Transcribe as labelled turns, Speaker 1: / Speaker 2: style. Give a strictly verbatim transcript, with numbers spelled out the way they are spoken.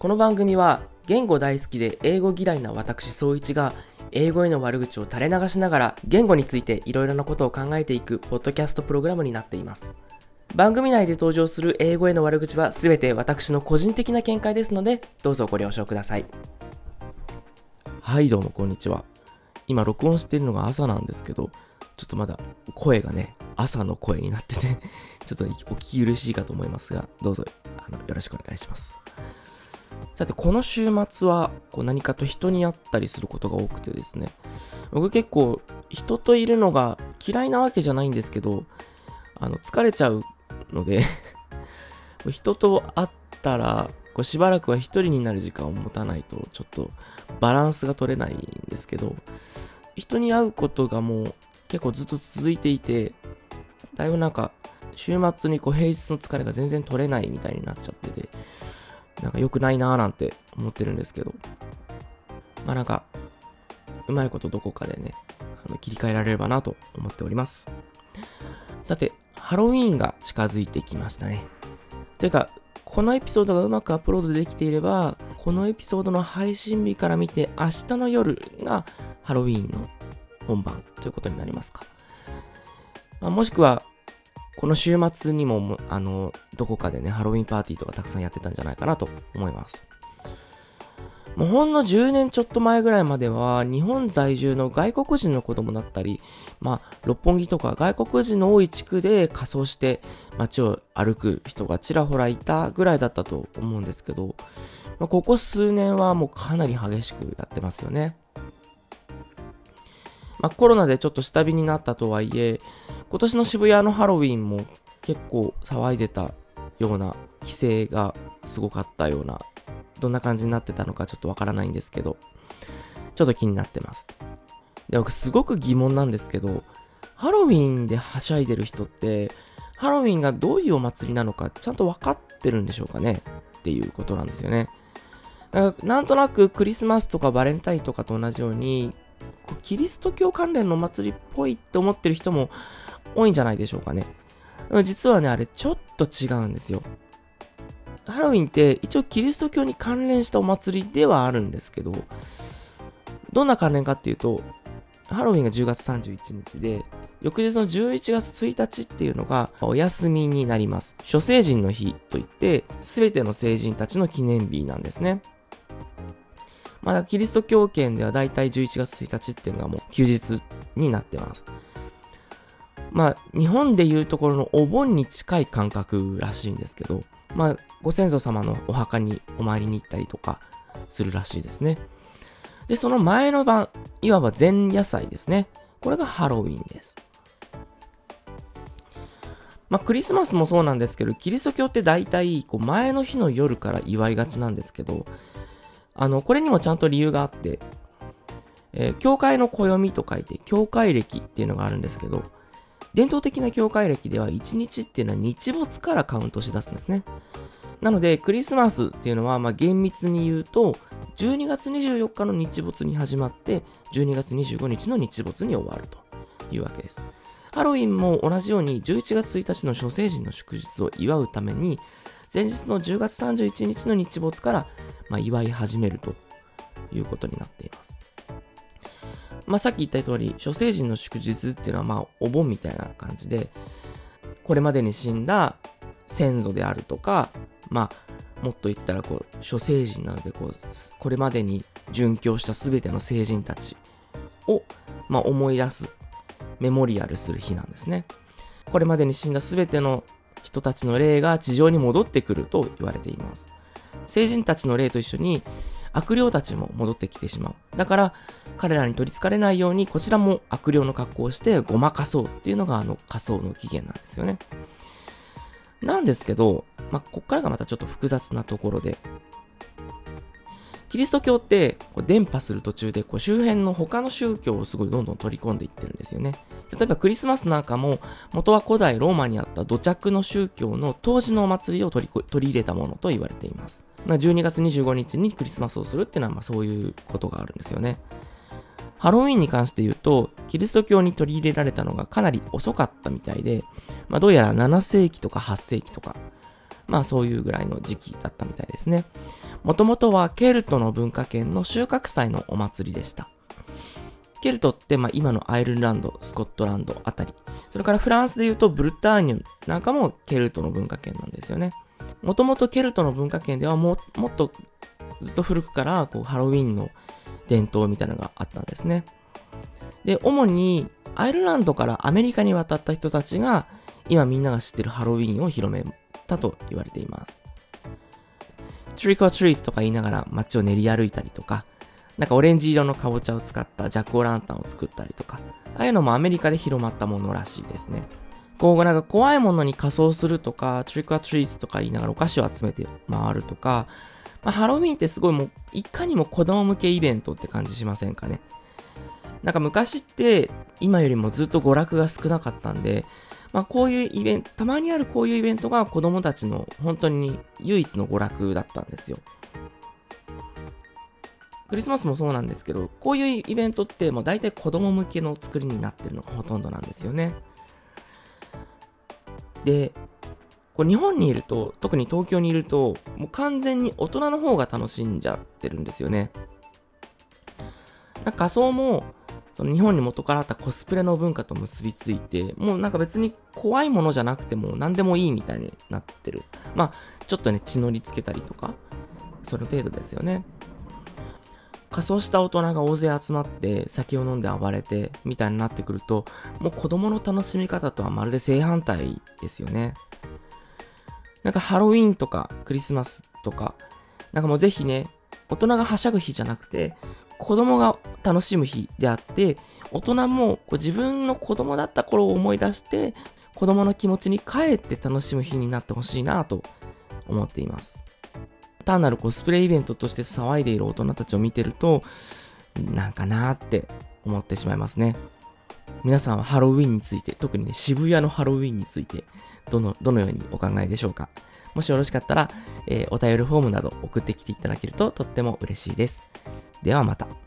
Speaker 1: この番組は言語大好きで英語嫌いな私総一が英語への悪口を垂れ流しながら言語についていろいろなことを考えていくポッドキャストプログラムになっています。番組内で登場する英語への悪口はすべて私の個人的な見解ですのでどうぞご了承ください。はいどうもこんにちは。今録音しているのが朝なんですけど、ちょっとまだ声がね朝の声になっててちょっとお聞き苦しいかと思いますが、どうぞあのよろしくお願いします。さてこの週末はこう何かと人に会ったりすることが多くてですね、僕結構人といるのが嫌いなわけじゃないんですけど、あの疲れちゃうので人と会ったらこうしばらくは一人になる時間を持たないとちょっとバランスが取れないんですけど、人に会うことがもう結構ずっと続いていて、だいぶなんか週末にこう平日の疲れが全然取れないみたいになっちゃってて、なんか良くないなーなんて思ってるんですけど、まあなんかうまいことどこかでねあの切り替えられればなと思っております。さてハロウィーンが近づいてきましたね。というかこのエピソードがうまくアップロードできていれば、このエピソードの配信日から見て明日の夜がハロウィーンの本番ということになりますか、まあ、もしくはこの週末にもあのどこかでねハロウィンパーティーとかたくさんやってたんじゃないかなと思います。もうほんのじゅうねんちょっと前ぐらいまでは日本在住の外国人の子供だったり、まあ六本木とか外国人の多い地区で仮装して街を歩く人がちらほらいたぐらいだったと思うんですけど、まあ、ここ数年はもうかなり激しくやってますよね。まあ、コロナでちょっと下火になったとはいえ、今年の渋谷のハロウィンも結構騒いでたような、規制がすごかったような、どんな感じになってたのかちょっとわからないんですけど、ちょっと気になってます。で、僕すごく疑問なんですけど、ハロウィンではしゃいでる人って、ハロウィンがどういうお祭りなのかちゃんと分かってるんでしょうかねっていうことなんですよね。なんかなんとなくクリスマスとかバレンタインとかと同じように、キリスト教関連の祭りっぽいって思ってる人も多いんじゃないでしょうかね。実はねあれちょっと違うんですよ。ハロウィンって一応キリスト教に関連したお祭りではあるんですけど、どんな関連かっていうと、ハロウィンがじゅうがつさんじゅういちにちで、翌日のじゅういちがつついたちっていうのがお休みになります。諸聖人の日といって、すべての聖人たちの記念日なんですね。まだキリスト教圏ではだいたいじゅういちがつついたちっていうのがもう休日になってます。まあ日本でいうところのお盆に近い感覚らしいんですけど、まあご先祖様のお墓にお参りに行ったりとかするらしいですね。でその前の晩、いわば前夜祭ですね。これがハロウィンです。まあクリスマスもそうなんですけど、キリスト教ってだいたいこう前の日の夜から祝いがちなんですけど、あのこれにもちゃんと理由があって、えー、教会の暦と書いて教会暦っていうのがあるんですけど、伝統的な教会暦ではいちにちっていうのは日没からカウントし出すんですね。なのでクリスマスっていうのはまあ厳密に言うとじゅうにがつにじゅうよっかの日没に始まってじゅうにがつにじゅうごにちの日没に終わるというわけです。ハロウィンも同じようにじゅういちがつついたちの諸聖人の祝日を祝うために前日のじゅうがつさんじゅういちにちの日没からまあ祝い始めるということになっています。まあさっき言った通り諸聖人の祝日っていうのはまあお盆みたいな感じで、これまでに死んだ先祖であるとか、まあもっと言ったらこう諸聖人なのでこうこれまでに殉教したすべての聖人たちをまあ思い出す、メモリアルする日なんですね。これまでに死んだすべての人たちの霊が地上に戻ってくると言われています。聖人たちの霊と一緒に悪霊たちも戻ってきてしまう。だから彼らに取り憑かれないようにこちらも悪霊の格好をしてごまかそうっていうのがあの仮装の起源なんですよね。なんですけど、まあ、こっからがまたちょっと複雑なところで、キリスト教ってこう伝播する途中でこう周辺の他の宗教をすごいどんどん取り込んでいってるんですよね。例えばクリスマスなんかも元は古代ローマにあった土着の宗教の当時のお祭りを取り、取り入れたものと言われています。まあ、じゅうにがつにじゅうごにちにクリスマスをするっていうのはまあそういうことがあるんですよね。ハロウィンに関して言うとキリスト教に取り入れられたのがかなり遅かったみたいで、まあ、どうやらななせいきとかはっせいきとか、 まあそういうぐらいの時期だったみたいですね。もともとはケルトの文化圏の収穫祭のお祭りでした。ケルトってまあ今のアイルランド、スコットランドあたり、それからフランスでいうとブルターニュなんかもケルトの文化圏なんですよね。もともとケルトの文化圏ではももっとずっと古くからこうハロウィンの伝統みたいなのがあったんですね。で、主にアイルランドからアメリカに渡った人たちが今みんなが知ってるハロウィンを広めたと言われています。トリックオアトリートとか言いながら街を練り歩いたりとか、なんかオレンジ色のかぼちゃを使ったジャックオーランタンを作ったりとか、ああいうのもアメリカで広まったものらしいですね。こうなんか怖いものに仮装するとか、トリックオアトリートとか言いながらお菓子を集めて回るとか、まあ、ハロウィンってすごいもういかにも子供向けイベントって感じしませんかね。なんか昔って今よりもずっと娯楽が少なかったんで、まあこういうイベント、たまにあるこういうイベントが子供たちの本当に唯一の娯楽だったんですよ。クリスマスもそうなんですけど、こういうイベントってもう大体子供向けの作りになってるのがほとんどなんですよね。で、こう日本にいると、特に東京にいると、もう完全に大人の方が楽しんじゃってるんですよね。なんか仮装も、その日本に元からあったコスプレの文化と結びついて、もうなんか別に怖いものじゃなくても何でもいいみたいになってる。まあ、ちょっとね、血のりつけたりとか、その程度ですよね。仮装した大人が大勢集まって酒を飲んで暴れてみたいになってくると、もう子供の楽しみ方とはまるで正反対ですよね。なんかハロウィンとかクリスマスとか、なんかもうぜひね、大人がはしゃぐ日じゃなくて、子供が楽しむ日であって、大人もこう自分の子供だった頃を思い出して、子供の気持ちに帰って楽しむ日になってほしいなと思っています。単なるコスプレイベントとして騒いでいる大人たちを見てると、なんかなーって思ってしまいますね。皆さんはハロウィンについて、特にね、渋谷のハロウィンについて、どの、どのようにお考えでしょうか。もしよろしかったら、えー、お便りフォームなど送ってきていただけるととっても嬉しいです。ではまた。